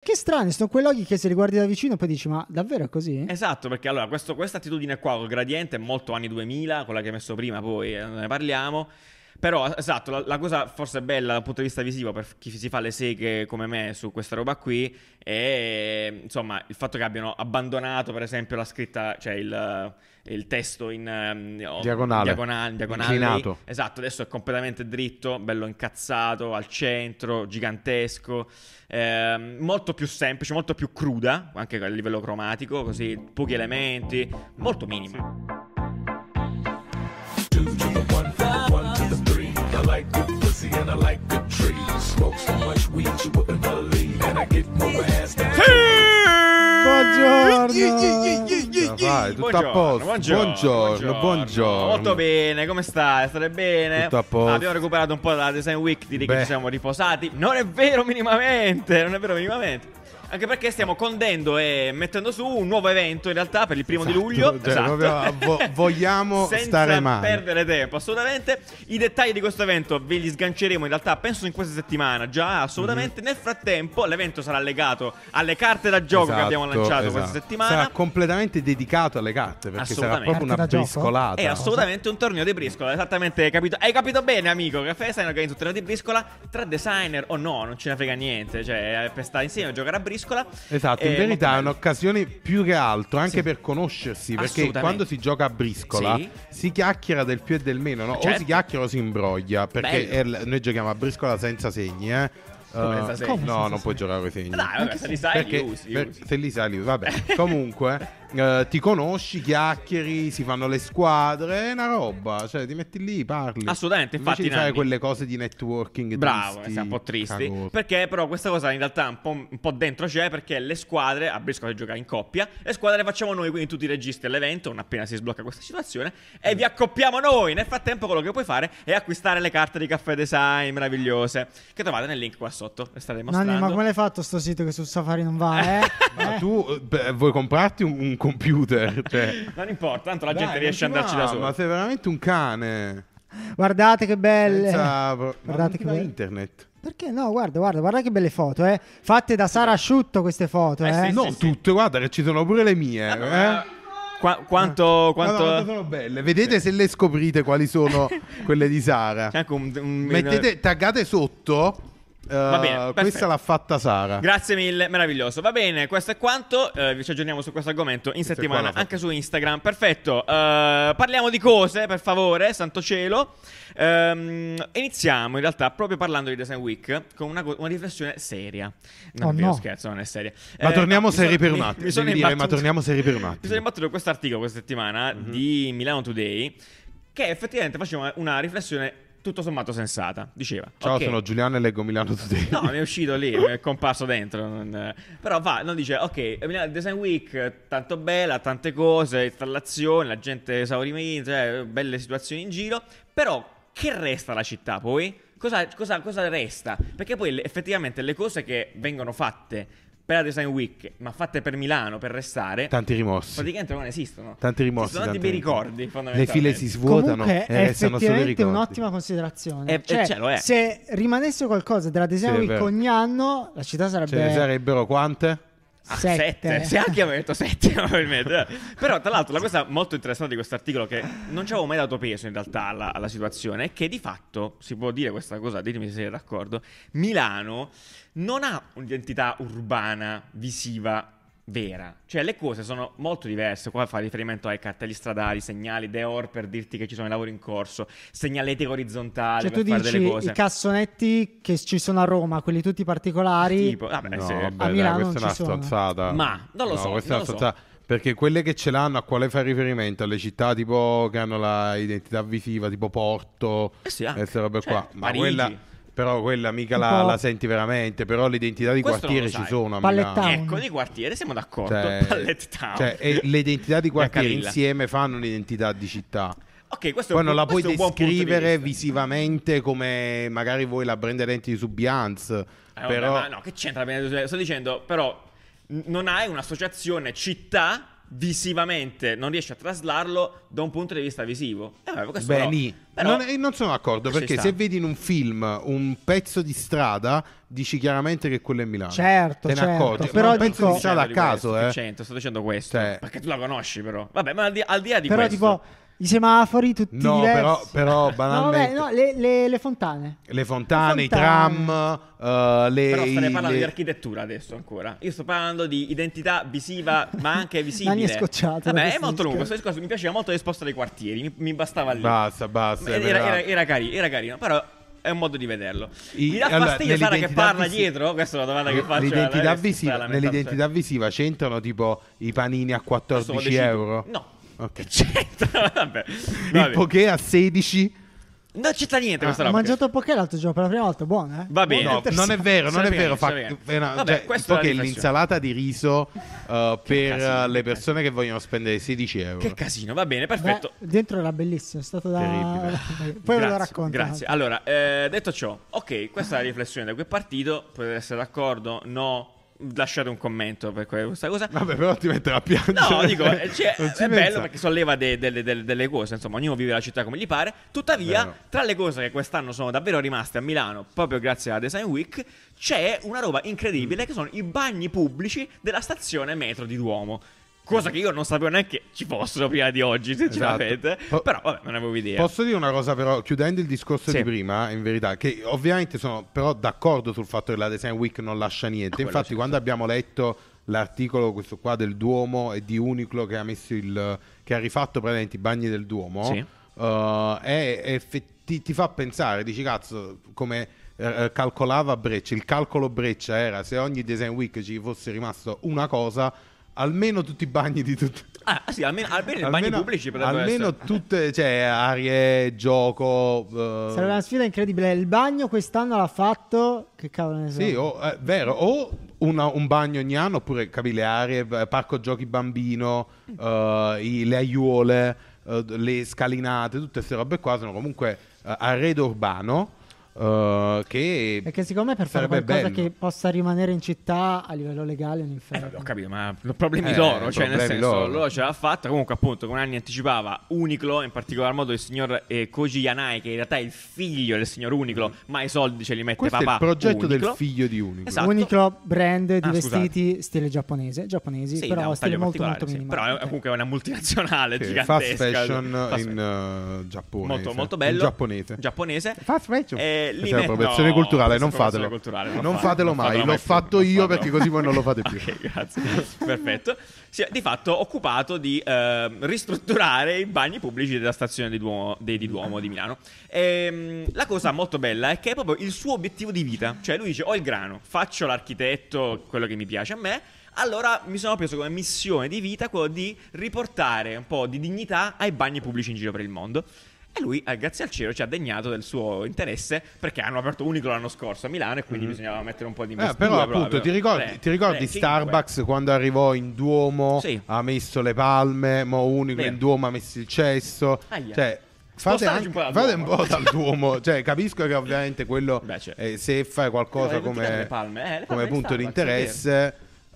che strani, sono quei loghi che se li guardi da vicino poi dici ma davvero è così? Esatto, perché allora questa attitudine qua col gradiente è molto anni 2000, quella che hai messo prima, poi ne parliamo. Però, esatto, la cosa forse bella dal punto di vista visivo per chi si fa le seghe come me su questa roba qui è, insomma, il fatto che abbiano abbandonato, per esempio, la scritta, cioè il testo in diagonale, inclinato. Esatto, adesso è completamente dritto, bello incazzato, al centro, gigantesco, molto più semplice, molto più cruda, anche a livello cromatico, così, pochi elementi, molto minima. And I like good trees. Smoke so much weed you wouldn't believe. And I get more ass than Buongiorno. Vai, tutto a posto. Buongiorno. Molto bene, come stai? State bene? Tutto a posto. Abbiamo recuperato un po' dalla Design Week, direi che ci siamo riposati. Non è vero minimamente. Anche perché stiamo condendo e mettendo su un nuovo evento in realtà per il 1° di luglio. Cioè, Esatto. Vogliamo stare male. Senza perdere tempo, assolutamente. I dettagli di questo evento ve li sganceremo in realtà, penso in questa settimana già, assolutamente. Nel frattempo l'evento sarà legato alle carte da gioco che abbiamo lanciato questa settimana. Sarà completamente dedicato alle carte, perché sarà proprio una briscolata. È assolutamente un torneo di briscola. Esattamente, hai capito bene, amico. Caffè Design organizza un torneo di briscola tra designer o no, non ce ne frega niente. Cioè, per stare insieme a giocare a briscola. Esatto, in verità è un'occasione più che altro anche per conoscersi, perché quando si gioca a briscola si chiacchiera del più e del meno, no? O si chiacchiera o si imbroglia, perché noi giochiamo a briscola senza segni, No, non puoi giocare con i segni. Dai, vabbè, se li sai li usi. Se li sai li usi. Vabbè, comunque ti conosci, chiacchieri, si fanno le squadre, è una roba, cioè ti metti lì, parli. Assolutamente, infatti invece di fare quelle cose di networking bravo, tristi, un po' tristi, cagosi. perché però questa cosa in realtà un po' dentro c'è, perché le squadre, a briscola si gioca in coppia, le squadre le facciamo noi, quindi tutti i registi all'evento, non appena si sblocca questa situazione, e vi accoppiamo noi. Nel frattempo quello che puoi fare è acquistare le carte di Caffè Design meravigliose, che trovate nel link qua sotto, le state mostrando. Nanni, ma come l'hai fatto sto sito che su Safari non va, Ma tu vuoi comprarti un computer? Cioè... non importa, tanto la gente riesce ad andarci da sola. Ma sei veramente un cane. Guardate che belle. Guardate che belle internet. Perché no? Guarda che belle foto, fatte da Sara Asciutto queste foto, Sì, non tutte, guarda che ci sono pure le mie, Quanto sono belle. Vedete se le scoprite quali sono quelle di Sara. Mettete, taggate sotto. Va bene, questa l'ha fatta Sara. Grazie mille, meraviglioso. Va bene, questo è quanto. Vi ci aggiorniamo su questo argomento in settimana anche su Instagram. Perfetto. Parliamo di cose, per favore, santo cielo. Iniziamo in realtà proprio parlando di Design Week con una riflessione seria. No, scherzo, non è seria. Ma torniamo seri per un attimo. Mi torniamo seri per un attimo. Mi sono imbattuto questo articolo questa settimana di Milano Today, che effettivamente faceva una riflessione tutto sommato sensata. Diceva: ciao, sono Giuliano e leggo Milano Today. No, mi è uscito lì, mi è comparso dentro. Però non dice: ok, Design Week, tanto bella, tante cose, installazioni, la gente esaurimento, cioè, belle situazioni in giro. Però che resta la città poi? Cosa resta? Perché poi effettivamente le cose che vengono fatte per la Design Week, ma fatte per Milano per restare, tanti rimorsi, praticamente non esistono. Tanti rimorsi, sono tanti bei ricordi, le file si svuotano. Comunque e restano solo i ricordi. È un'ottima considerazione. Lo è. Se rimanesse qualcosa della Design Week ogni anno, la città sarebbe... Ce ne sarebbero quante? 7. Se anche avevo detto 7 probabilmente. Però tra l'altro la cosa molto interessante di questo articolo, che non ci avevo mai dato peso in realtà alla situazione, è che di fatto si può dire questa cosa, ditemi se siete d'accordo, Milano non ha un'identità urbana visiva vera, cioè le cose sono molto diverse. Qua fa riferimento ai cartelli stradali, segnali Deor per dirti che ci sono i lavori in corso, segnaletica orizzontale, cioè per tu fare dici delle cose. I cassonetti che ci sono a Roma, quelli tutti particolari, tipo, a Milano non ci sono. Stozzata. Ma non lo so, questa è una stozzata. Perché quelle che ce l'hanno, a quale fa riferimento? Alle città tipo che hanno la identità visiva, tipo Porto, queste robe qua. Ma quella mica la senti veramente. Però l'identità di quartiere ci sono a Milano. Ecco, di quartiere siamo d'accordo. Pallet Town. E le identità di quartiere insieme fanno un'identità di città. Ok, questo poi non la puoi è un descrivere visivamente come magari vuoi la brand identity su Beyoncé. Però no, che c'entra? Sto dicendo, però non hai un'associazione città visivamente non riesci a traslarlo da un punto di vista visivo. Non sono d'accordo, perché se vedi in un film un pezzo di strada, dici chiaramente che quello è Milano. Certo, te ne accorgi. però un pezzo di strada a caso, sto dicendo questo, perché tu la conosci, però. Vabbè, ma al di là di però, questo, tipo, i semafori tutti diversi. però banalmente le fontane. Le fontane, i tram, però stai parlando di architettura adesso ancora. Io sto parlando di identità visiva, ma anche visibile. Mani scocciate. Vabbè, è molto lungo questo discorso. Mi piaceva molto l'esposto dei quartieri. Mi bastava lì. Basta. Era carino, però è un modo di vederlo. Mi dà fastidio Sara che parla dietro? Questa è una domanda che faccio. Nell'identità visiva c'entrano tipo i panini a 14 euro? No. Ok. C'entra, vabbè. Il poké a 16? Non c'entra niente questa roba. Ho mangiato il poké l'altro giorno per la prima volta, buono, Va bene. No, non è vero. Vabbè, questo è l'insalata di riso per le persone che vogliono spendere 16 euro. Che casino, va bene, perfetto. Dentro era bellissimo, è stato terribile. Poi ve lo racconto. Grazie. Allora, detto ciò, ok, questa è la riflessione da quel partito. Potete essere d'accordo? No? Lasciate un commento per questa cosa. Vabbè, però ti metterà a piangere. No, dico, è bello perché solleva delle cose. Insomma, ognuno vive la città come gli pare. Tuttavia, tra le cose che quest'anno sono davvero rimaste a Milano, proprio grazie alla Design Week, c'è una roba incredibile che sono i bagni pubblici della stazione metro di Duomo. Cosa che io non sapevo neanche ci fossero prima di oggi, sinceramente. Però vabbè, non avevo idea. Posso dire una cosa, però, chiudendo il discorso di prima, in verità, che ovviamente sono però d'accordo sul fatto che la Design Week non lascia niente. Infatti, quando abbiamo letto l'articolo, questo qua del Duomo e di Uniqlo che ha messo che ha rifatto praticamente i bagni del Duomo, ti fa pensare, dici cazzo, come calcolava Breccia. Il calcolo Breccia era: se ogni Design Week ci fosse rimasto una cosa, almeno tutti i bagni di tutti. Almeno i bagni pubblici almeno essere. Tutte, cioè, aree, gioco. Sarebbe una sfida incredibile. Il bagno quest'anno l'ha fatto. Che cavolo ne so. Sì, vero. O un bagno ogni anno, oppure le aree, parco giochi bambino, le aiuole, le scalinate, tutte queste robe qua sono comunque arredo urbano. Che perché secondo me per fare qualcosa che possa rimanere in città a livello legale è un inferno. Ho capito, ma problemi loro, cioè nel senso loro ce l'ha fatta. Comunque appunto con anni anticipava Uniqlo, in particolar modo il signor Koji Yanai, che in realtà è il figlio del signor Uniqlo, ma i soldi ce li mette questo papà. Questo è il progetto Uniqlo. Del figlio di Uniqlo. Esatto. Uniqlo brand di vestiti stile giapponesi, sì, però stile molto minimale. Però è comunque una multinazionale gigantesca. Fast fashion in Giappone. Molto bello. Giapponese. Fast fashion. Appropriazione culturale, non fatelo. Non fatelo mai. L'ho fatto io perché così voi non lo fate più. Ok, grazie. Perfetto. Si è di fatto occupato di ristrutturare i bagni pubblici della stazione di Duomo di Milano. La cosa molto bella è che è proprio il suo obiettivo di vita. Cioè lui dice: ho il grano, faccio l'architetto, quello che mi piace a me. Allora mi sono preso come missione di vita quello di riportare un po' di dignità ai bagni pubblici in giro per il mondo. E lui, grazie al cielo, ci ha degnato del suo interesse, perché hanno aperto Uniqlo l'anno scorso a Milano e quindi bisognava mettere un po' di investitura. Però appunto ti ricordi Starbucks quando arrivò in Duomo, ha messo le palme, mo Uniqlo in Duomo ha messo il cesso. Cioè fate un po' dal Duomo. Cioè capisco che ovviamente quello se fai qualcosa come punto di interesse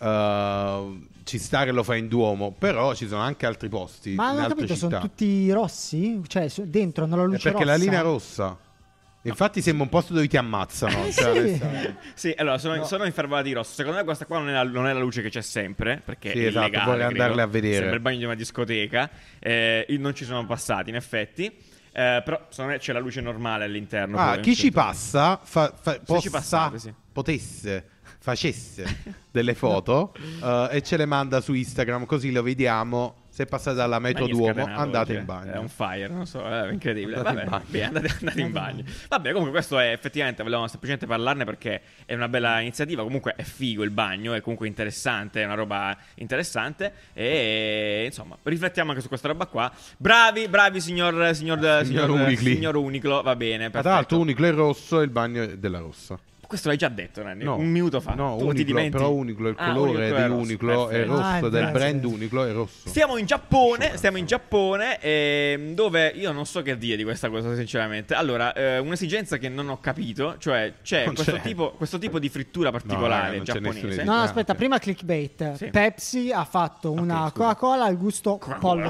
ci sta che lo fa in Duomo, però ci sono anche altri posti. Ma non ho capito, sono tutti rossi? Cioè dentro hanno la luce perché rossa? La linea rossa. Infatti sembra un posto dove ti ammazzano. Sì, allora sono infervorati di rosso. Secondo me questa qua non è la luce che c'è sempre, perché è esatto, illegale, vorrei andarle a vedere. Sembra il bagno di una discoteca. Non ci sono passati in effetti. Però secondo me c'è la luce normale all'interno. Chi ci passa facesse delle foto e ce le manda su Instagram, così lo vediamo. Se passate dalla metro Duomo, andate in bagno. È un fire, non so, è incredibile. Andate in bagno. Vabbè, comunque questo è effettivamente, volevamo semplicemente parlarne perché è una bella iniziativa. Comunque è figo il bagno, è comunque interessante, è una roba interessante. E insomma, riflettiamo anche su questa roba qua. Bravi, signor Uniqlo, va bene. Tra l'altro Uniqlo è rosso e il bagno è della rossa. questo l'hai già detto, Nanni, No, un minuto fa. no, Tu ti Uniqlo, dimentichi? però Uniqlo, il colore Uniqlo di Uniqlo è perfetto. rosso, del grazie. brand Uniqlo è rosso. Stiamo in Giappone, dove io non so che dire di questa cosa, sinceramente. Allora, un'esigenza che non ho capito, cioè c'è Non questo c'è. tipo di frittura particolare non c'è giapponese. nessun No, aspetta, prima clickbait. Sì. Pepsi ha fatto una scusa. Coca-Cola al gusto pollo.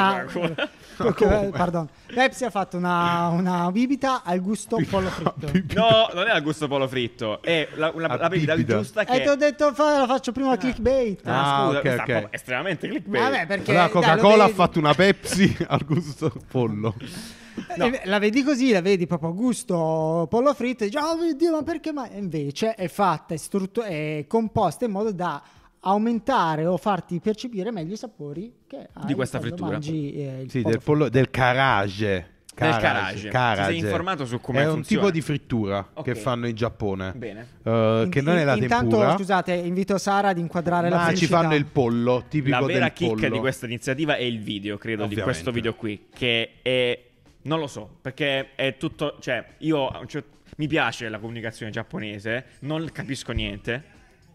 Pardon. Pepsi ha fatto una bibita al gusto pollo fritto. No, non è al gusto pollo fritto, è la bibita bibita. giusta E che... ti ho detto la faccio prima clickbait. Scusa, ok, questa ok. è proprio estremamente clickbait. Vabbè, perché La dai, lo Coca-Cola ha vedi. fatto una Pepsi al gusto pollo. No. La vedi così, la vedi proprio a gusto pollo fritto e dici, oh mio Dio, ma perché? Ma invece è fatta, è composta in modo da aumentare o farti percepire meglio i sapori che hai questa quando frittura. mangi, il Sì, pollo del pollo, del carage. Del carage. Ti sei informato su come è un funziona? tipo di frittura Ok. che fanno in Giappone. Bene. Che non è la Intanto, tempura, scusate, invito Sara ad inquadrare la ma ci felicità. fanno il pollo, tipico La vera del chicca pollo. di questa iniziativa è il video, credo, di Ovviamente. questo video qui, che è... Non lo so, perché è tutto... Cioè, mi piace la comunicazione giapponese, non capisco niente.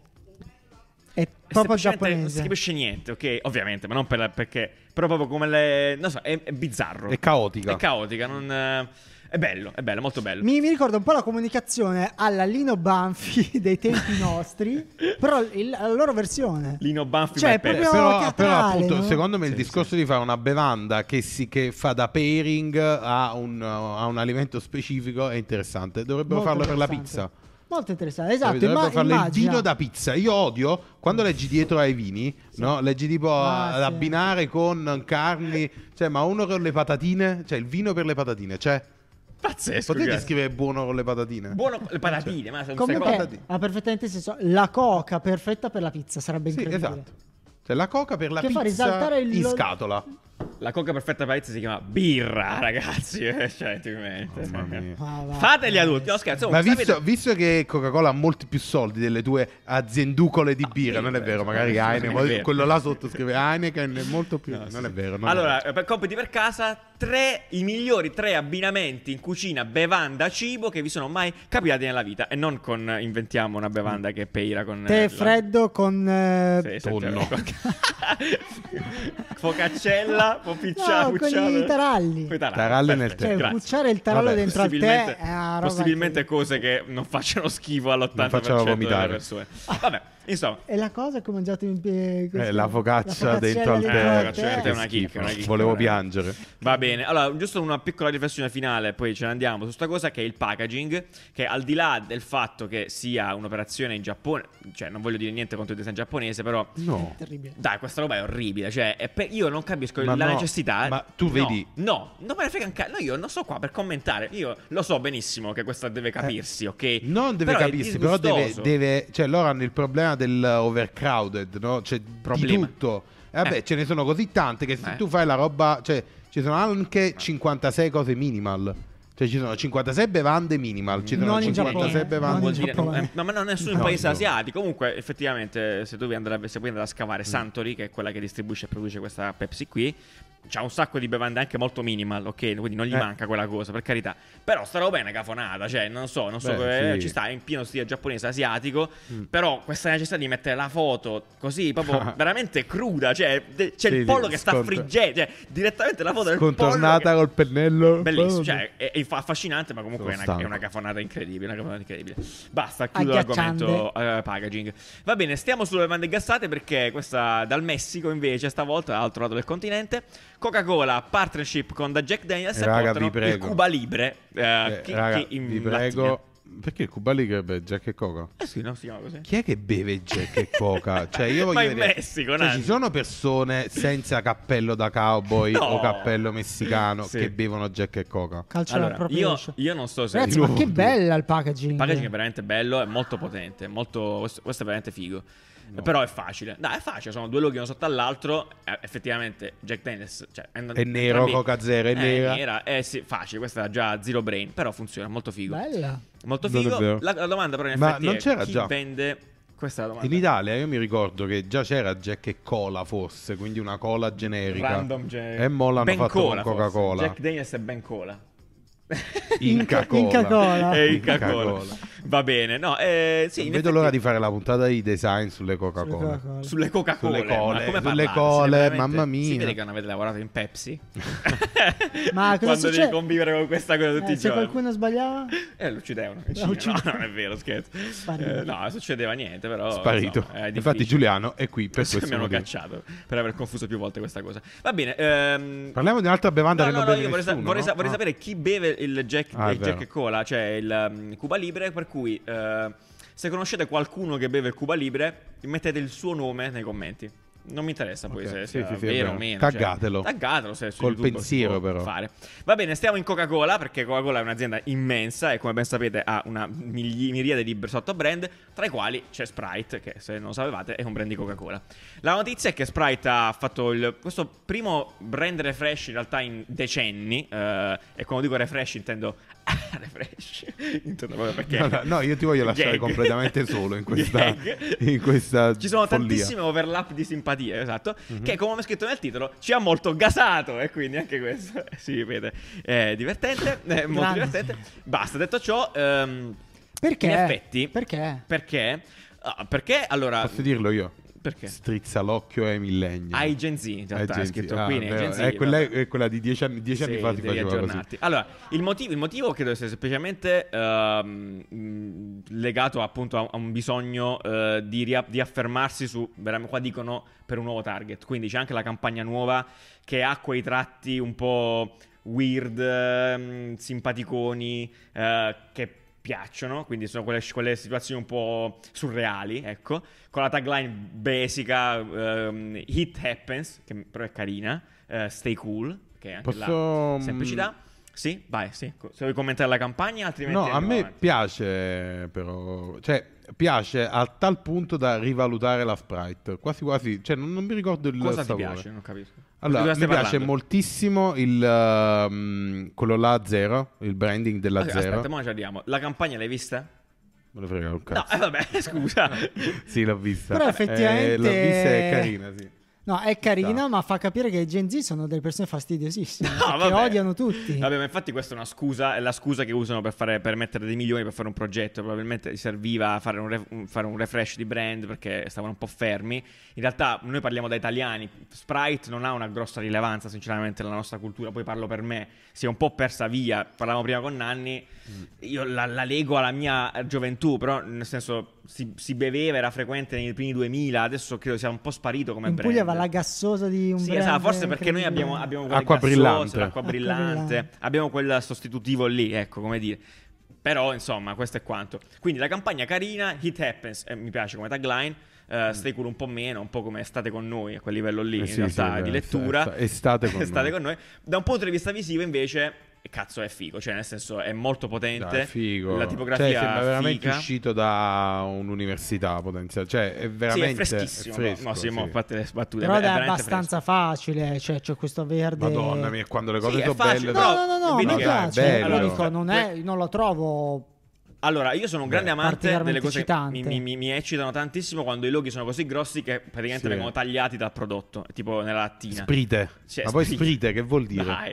È proprio Semplicemente Non giapponese. si capisce niente, ok? Ovviamente, ma non perché... Però proprio come le... Non so, è bizzarro. È caotica. È caotica, non... È bello, molto bello. Mi ricorda un po' la comunicazione alla Lino Banfi dei tempi nostri, però la loro versione. Lino Banfi, Cioè, ma è proprio- pezzo. Però teatrale, appunto, no? secondo me il Sì, discorso di fare una bevanda che fa da pairing a un alimento specifico è interessante. Dovrebbero Molto farlo per la interessante. pizza. Molto interessante, esatto. Dovrebbero farlo il immagina. vino da pizza. Io odio quando leggi dietro ai vini, no? Leggi tipo ad sì. abbinare con carni, cioè, ma uno con le patatine, cioè il vino per le patatine, cioè Pazzesco. potete ragazzi. scrivere buono con le patatine? Buono le patatine, ma sono Comunque patatine. ha perfettamente senso. La coca perfetta per la pizza sarebbe Sì, incredibile. esatto. Cioè la coca per la Che fa pizza risaltare il- in scatola. La coca perfetta per la pizza si chiama birra, ragazzi. Cioè, Mamma mia. Ah, va. Fateli adulti, no scherzo. Ma sapete- visto che Coca-Cola ha molti più soldi delle tue azienducole di birra, non è vero, magari non è Heineken, vero. quello là sotto scrive Heineken è molto più, No, non sì, è sì. vero. non Allora, è vero. per compiti per casa, i migliori 3 abbinamenti in cucina, bevanda, cibo che vi sono mai capitati nella vita. E non con inventiamo una bevanda che peira con Tè freddo con Sì, tonno. Focaccella, no, con i taralli. Taralli nel tè. Cioè, Grazie. bucciare il tarallo Vabbè, dentro al tè è una roba possibilmente incredibile. cose che non facciano schifo all'80% Non facciano delle vomitare. persone. Vabbè, insomma. E la cosa che ho mangiato in La focaccia dentro al la tè. focaccia Che è una chicca, schifo. una chicca. Volevo piangere. Va bene, allora giusto una piccola riflessione finale, poi ce ne andiamo su sta cosa che è il packaging, che al di là del fatto che sia un'operazione in Giappone, cioè non voglio dire niente contro il design giapponese, però No. Terribile. dai, questa roba è orribile, cioè io non capisco Ma la no, necessità. ma tu vedi- No, non me ne frega un cazzo, no, io non sto qua per commentare, io lo so benissimo che questa deve capirsi, ok? Non deve Però è capirsi, però disgustoso. cioè loro hanno il problema dell'overcrowded, no? C'è Problema. di tutto. E vabbè, ce ne sono così tante che se Eh. tu fai la roba, cioè ci sono anche 56 cose minimal. Cioè ci sono 56 bevande minimal, ci sono Non in 56 Giappone. bevande. Non Vuol in dire, Giappone. ma non è nessun No, paese no. asiatico. Comunque, effettivamente, se puoi andare a scavare Suntory, che è quella che distribuisce e produce questa Pepsi qui, c'ha un sacco di bevande anche molto minimal, ok? Quindi non gli manca quella cosa, per carità. Però sta roba è una cafonata, cioè, non so, Beh, sì. ci sta in pieno stile giapponese asiatico. Però questa necessità di mettere la foto così, proprio veramente cruda, cioè, c'è Sì, il pollo sì, che sta friggendo, cioè, direttamente la foto del pollo. Contornata che- col pennello. Bellissimo, cioè è affascinante, ma comunque Sono è una stanco. cafonata incredibile. Una cafonata incredibile. Basta, chiudo Agghiacciante. l'argomento packaging. Va bene, stiamo sulle bevande gassate perché questa dal Messico invece, stavolta dall'altro lato del continente, Coca-Cola partnership con da Jack Daniels e Raga, portano vi prego. il Cuba Libre. Raga, vi prego. Perché il Cuba Libre beve Jack e Coca? Sì, no, si chiama così. Chi è che beve Jack e Coca? Cioè, io voglio Ma in vedere- Messico, cioè, Nanni. ci sono persone senza cappello da cowboy No. o cappello messicano Sì. che bevono Jack e Coca. Cultural Allora, appropriation. io non so se Ragazzi, ma che bella il packaging. il packaging è veramente bello, è molto potente, questo è veramente figo. Però è facile. Dai, è facile, sono due loghi uno sotto all'altro. Effettivamente Jack Daniels, cioè, È nero, Coca Zero è nera. Sì, facile, questa è già zero brain, però funziona, molto figo. Bella. Molto Non è figo. vero. La domanda però in Ma effetti non è c'era chi già? vende. Questa è la domanda. In Italia io mi ricordo che già c'era Jack e Cola forse, quindi una cola generica. Random Jack. E mo l'hanno Ben fatto Cola, con forse. Coca-Cola. Jack Daniels è Ben Cola. Inca Cola. Inca Cola. Va bene, no, sì, non vedo l'ora di fare la puntata di design sulle Coca-Cola. Sulle Coca-Cola. Sulle cole, mamma mia. Si vede che non avete lavorato in Pepsi. Ma cosa quando succede? devi convivere con questa cosa tutti i se giorni. qualcuno sbagliava? Lo uccidevano. No, non è vero, scherzo. No, succedeva niente, però sparito. Insomma, infatti Giuliano è qui per questo mi hanno motivo. cacciato per aver confuso più volte questa cosa. Va bene. Parliamo di un'altra bevanda che non beve nessuno, vorrei sapere chi beve il Jack e Cola, cioè il Cuba Libre, per cui se conoscete qualcuno che beve il Cuba Libre, mettete il suo nome nei commenti. Non mi interessa poi se è vero o meno. Taggatelo. Taggatelo se su Col YouTube pensiero però. Fare. Va bene, stiamo in Coca-Cola, perché Coca-Cola è un'azienda immensa e come ben sapete ha una miriade di sottobrand, tra i quali c'è Sprite, che se non lo sapevate è un brand di Coca-Cola. La notizia è che Sprite ha fatto questo primo brand refresh in realtà in decenni, e quando dico refresh intendo refresh, intendo proprio perché no, io ti voglio lasciare completamente solo in questa ci sono follia. tantissime overlap di simpatie, esatto, che come ho scritto nel titolo ci ha molto gasato, e quindi anche questo si vede, è divertente, è molto divertente. Basta, detto ciò, perché? In effetti perché allora posso dirlo io? Perché? Strizza l'occhio ai millennial. Ai Gen Z, in realtà è scritto qui nei Gen Z. È quella di 10 anni fa ti faceva così. Allora, il motivo credo sia semplicemente legato appunto a un bisogno di affermarsi su, qua dicono, per un nuovo target. Quindi c'è anche la campagna nuova che ha quei tratti un po' weird, simpaticoni, che piacciono, quindi sono quelle situazioni un po' surreali, ecco, con la tagline basica, It Happens, che però è carina, Stay Cool, che è anche la semplicità. Sì, vai, sì. Se vuoi commentare la campagna, altrimenti... No, a me piace, però... Cioè, piace a tal punto da rivalutare la Sprite. Quasi quasi... Cioè, non mi ricordo il cosa sapore. Ti piace? Non capisco. Allora, mi piace moltissimo quello là Zero, il branding della Zero. Aspetta, ora ci arriviamo. La campagna l'hai vista? Me lo frega un cazzo. No, vabbè, scusa. Sì, l'ho vista. Però effettivamente... l'ho vista, è carina, sì. No, è carina, ma fa capire che i Gen Z sono delle persone fastidiosissime, no, che odiano tutti. Vabbè, ma infatti questa è una scusa, è la scusa che usano per mettere dei milioni per fare un progetto. Probabilmente serviva a fare un refresh di brand perché stavano un po' fermi. In realtà noi parliamo da italiani, Sprite non ha una grossa rilevanza sinceramente nella nostra cultura, poi parlo per me, si è un po' persa via. Parlavamo prima con Nanni, io la lego alla mia gioventù, però nel senso si beveva, era frequente nei primi 2000, adesso credo sia un po' sparito come brand. Puglia va la gassosa di un brand, esatto, forse perché noi abbiamo acqua brillante, l'acqua brillante, abbiamo quel sostitutivo lì, ecco, come dire. Però insomma, questo è quanto. Quindi la campagna carina, It Happens, mi piace come tagline. Stay Cool un po' meno, un po' come State con noi a quel livello lì, in realtà, di lettura. State con noi. Da un punto di vista visivo invece, cazzo, è figo, cioè nel senso è molto potente. È figo. La tipografia sembra veramente figa. Uscito da un'università potenziale, cioè è veramente freschissimo. Fresco, no, sì, mo fate le battute. Però è abbastanza facile, cioè c'è questo verde. Madonna mia, quando le cose sono facile, belle. No, mi piace. Allora dico, non lo trovo. Allora, io sono un grande amante delle cose che eccitante. mi eccitano tantissimo quando i loghi sono così grossi che praticamente vengono tagliati dal prodotto, tipo nella lattina. Sprite. Ma poi Sprite che vuol dire? Dai.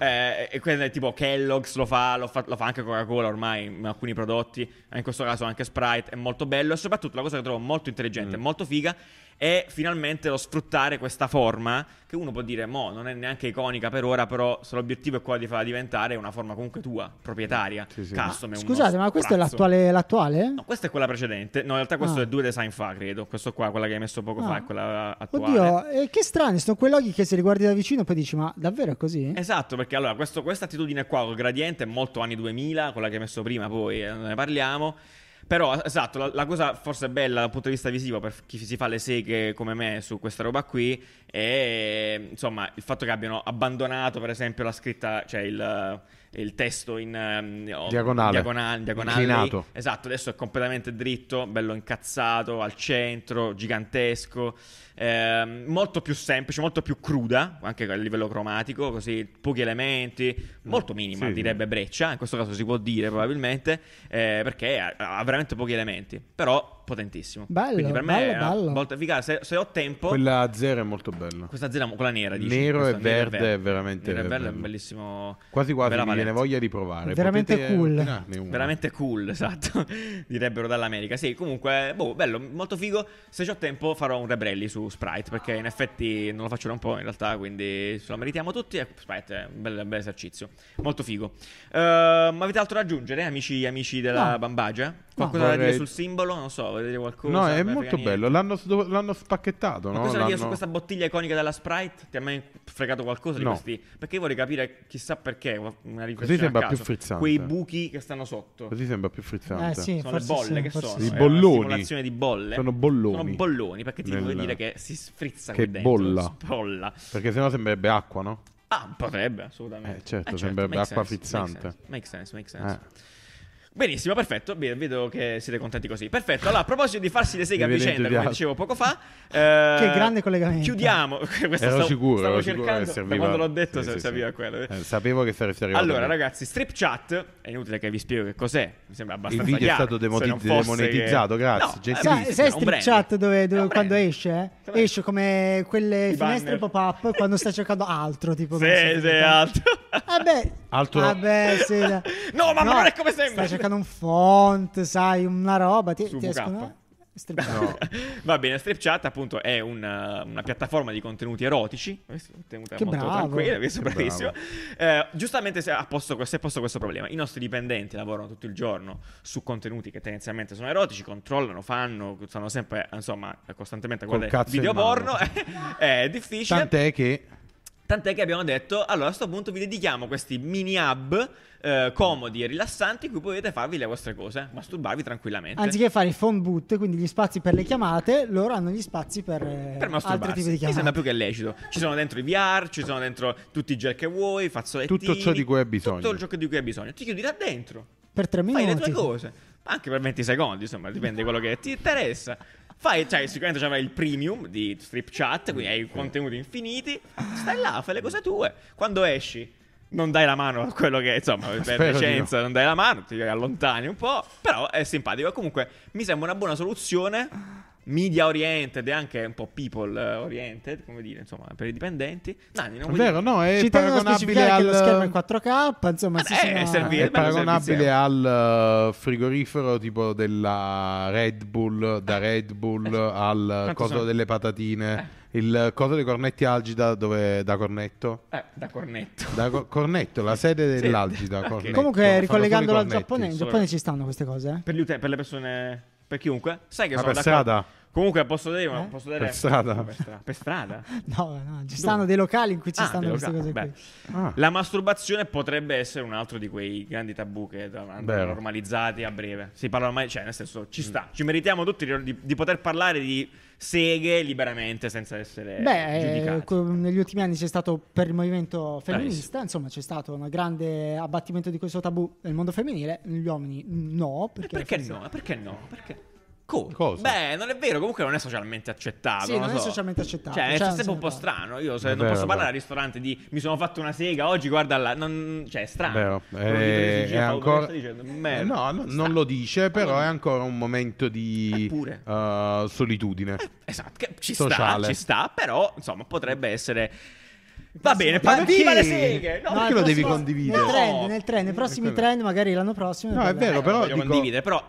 E quindi tipo Kellogg's lo fa anche Coca-Cola ormai in alcuni prodotti, in questo caso anche Sprite, è molto bello e soprattutto la cosa che trovo molto intelligente, molto figa, è finalmente lo sfruttare questa forma che uno può dire non è neanche iconica per ora, però se l'obiettivo è quello di farla diventare una forma comunque tua, proprietaria, custom. Scusate, ma questo è l'attuale? No, questa è quella precedente. No, in realtà questo è 2 design fa, credo. Questo qua, quella che hai messo poco fa, è quella attuale. Oddio, che strani, sono quei loghi che se li guardi da vicino poi dici, ma davvero è così? Esatto, perché allora questa attitudine qua col gradiente è molto anni 2000, quella che hai messo prima, poi ne parliamo. Però, esatto, la cosa forse bella dal punto di vista visivo per chi si fa le seghe come me su questa roba qui è, insomma, il fatto che abbiano abbandonato, per esempio, la scritta, cioè il testo in diagonale, inclinato. Esatto, adesso è completamente dritto, bello incazzato, al centro, gigantesco, molto più semplice, molto più cruda, anche a livello cromatico, così pochi elementi, molto minima, direbbe Breccia, in questo caso si può dire probabilmente, perché ha veramente pochi elementi, però potentissimo. Bello, quindi per me è bello. una volta efficace. Se ho tempo, quella zero è molto bella. questa zera, quella nera, dici? Nero e Questa nera verde è veramente nero e verde è bello. bellissimo. Quasi bella mi viene valenza. voglia di provare. Veramente Potete cool. ordinarne una. Veramente cool, esatto. Direbbero dall'America. Sì, comunque, bello, molto figo. Se c'ho tempo farò un Rebrelli su Sprite, perché in effetti non lo faccio da un po' in realtà, quindi ce lo meritiamo tutti. E Sprite è un bel esercizio. Molto figo. Ma avete altro da aggiungere, amici della Bambagia? Qualcosa da dire sul simbolo? Non so, volete dire qualcosa? No, è molto bello. L'hanno spacchettato, no? Cosa da dire su questa bottiglia iconica della Sprite? Ti ha mai fregato qualcosa di questi? Perché io vorrei capire chissà perché. Una riflessione Così sembra a caso. più frizzante. Quei buchi che stanno sotto. Così sembra più frizzante. Sì, Sono le bolle, che sono? I È una bolloni. simulazione di bolle. Sono bolloni. Sono bolloni, perché ti vuol dire che si sfrizza che qui dentro. bolla. Bolla. Perché sennò sembrerebbe acqua, no? Ah, potrebbe, assolutamente. Certo, sembrerebbe make acqua sense, frizzante. Make sense. Benissimo, perfetto. Vedo che siete contenti così. Perfetto. Allora, a proposito di farsi le seghe a Mi vede vicenda, come entusiasmo. dicevo poco fa, Che grande collegamento. chiudiamo. Ero sicuro stavo che cercando. serviva. Da quando l'ho detto, Sì, serviva quello. sapevo che saresti arrivato. Allora, lì. ragazzi, Strip Chat è inutile che vi spiego che cos'è. Mi sembra abbastanza Il video è chiaro. stato Se non fosse demonetizzato, grazie. No, Gentilissimo. Sai un Strip brand. Chat dove È un quando brand. esce? Com'è? Esce come quelle I finestre banner. pop-up quando stai cercando altro, tipo Sì, non so, sì, altro. Vabbè, sì. No, ma non è come sembra. Stai cercando un font, sai, una roba, ti Su escono VK. Strip Chat. Va bene, Strip Chat appunto è una piattaforma di contenuti erotici. Tenuta Che molto bravo. tranquilla, questo è Che bravissimo. Giustamente si è posto questo problema. I nostri dipendenti lavorano tutto il giorno su contenuti che tendenzialmente sono erotici, controllano, fanno sempre, insomma, costantemente a Col guardare cazzo video in mano. porno. È difficile. Tant'è che abbiamo detto, allora a questo punto vi dedichiamo questi mini hub comodi e rilassanti in cui potete farvi le vostre cose, masturbarvi tranquillamente. Anziché fare i phone boot, quindi gli spazi per le chiamate, loro hanno gli spazi per masturbarsi. altri tipi di Mi chiamate. sembra più che lecito. Ci sono dentro i VR, ci sono dentro tutti i gel che vuoi, fazzolettini. Tutto ciò di cui hai bisogno. Tutto ciò di cui hai bisogno. Ti chiudi là dentro. Per 3 minuti. Fai le tue cose. Anche per 20 secondi, insomma, dipende di quello che ti interessa. Sicuramente c'avrai il premium di Strip Chat, quindi hai contenuti infiniti. Stai là, fai le cose tue. Quando esci, non dai la mano a quello che, insomma, per decenza, non dai la mano, ti allontani un po'. Però è simpatico. Comunque, mi sembra una buona soluzione. Media oriented e anche un po' people oriented, come dire, insomma, per i dipendenti. Nanni, non È vero, no, è Ci tengo a paragonabile specificare che lo schermo è al 4K, insomma, è paragonabile al frigorifero tipo della Red Bull, da Red Bull al coso sono? delle patatine. Il coso dei cornetti Algida dove da cornetto? Da cornetto. Da cornetto, la sede Sì. dell'Algida. Ok. Cornetto. Comunque, Fanno ricollegandolo al solo i Giappone, in cornetti. Giappone ci stanno queste cose? Per le persone, per chiunque. Sai che Ma sono per d'accordo. strada? Comunque posso dire, Per strada? Per strada? No, ci stanno dei locali in cui ci stanno dei queste locali. cose qui. Ah. La masturbazione potrebbe essere un altro di quei grandi tabù che andranno Vero. normalizzati a breve. Si parla ormai, cioè nel senso ci sta. Ci meritiamo tutti di poter parlare di seghe liberamente senza essere giudicati. Negli ultimi anni c'è stato per il movimento femminista, insomma c'è stato un grande abbattimento di questo tabù nel mondo femminile, negli uomini no. Perché no? Perché no? Perché? Cosa? Beh, non è vero, comunque non è socialmente accettato. Sì, non è so. socialmente accettato. Cioè, è Cioè, sempre un po' sì, strano. Io se È non vero, posso parlare vero. al ristorante di mi sono fatto una sega oggi, guarda là. Cioè, è strano. Vero. Quello di prendere in giro, È Paolo, ancora... cosa stai dicendo? Merda. No, non lo dice, però è ancora un momento di Eppure. solitudine. Esatto, che ci Sociale. sta, però insomma potrebbe essere. Va bene, Ma viva le perché? seghe! No, Perché lo devi condividere? Nel trend, nei prossimi trend, magari l'anno prossimo. No, è vero, però voglio dico- condividere, però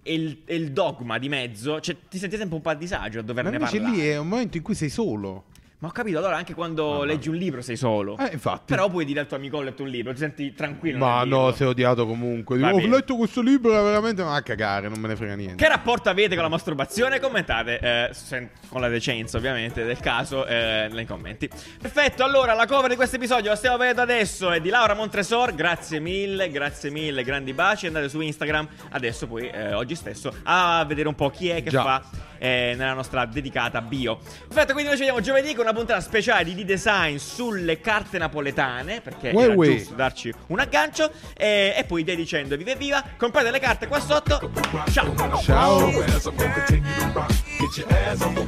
il dogma di mezzo, cioè ti senti sempre un po' a disagio a Ma doverne invece parlare. lì è un momento in cui sei solo. Ma ho capito, allora anche quando leggi un libro sei solo. Infatti. Però puoi dire al tuo amico ho letto un libro, ti senti tranquillo. Ma nel no, dirlo. sei odiato comunque. Va Dico, ho bene. letto questo libro, era veramente a cagare, non me ne frega niente. Che rapporto avete con la masturbazione? Commentate, con la decenza ovviamente del caso, nei commenti. Perfetto, allora la cover di questo episodio la stiamo vedendo adesso, è di Laura Montresor. Grazie mille, grandi baci. Andate su Instagram adesso, poi oggi stesso, a vedere un po' chi è che Già. fa nella nostra dedicata bio. Perfetto, quindi noi ci vediamo giovedì con una puntata speciale di D-Design sulle carte napoletane, perché era giusto darci un aggancio, e poi dai dicendo viva e viva, comprate le carte qua sotto. Ciao. Ciao. As I'm gonna continue to rock, get your ass on the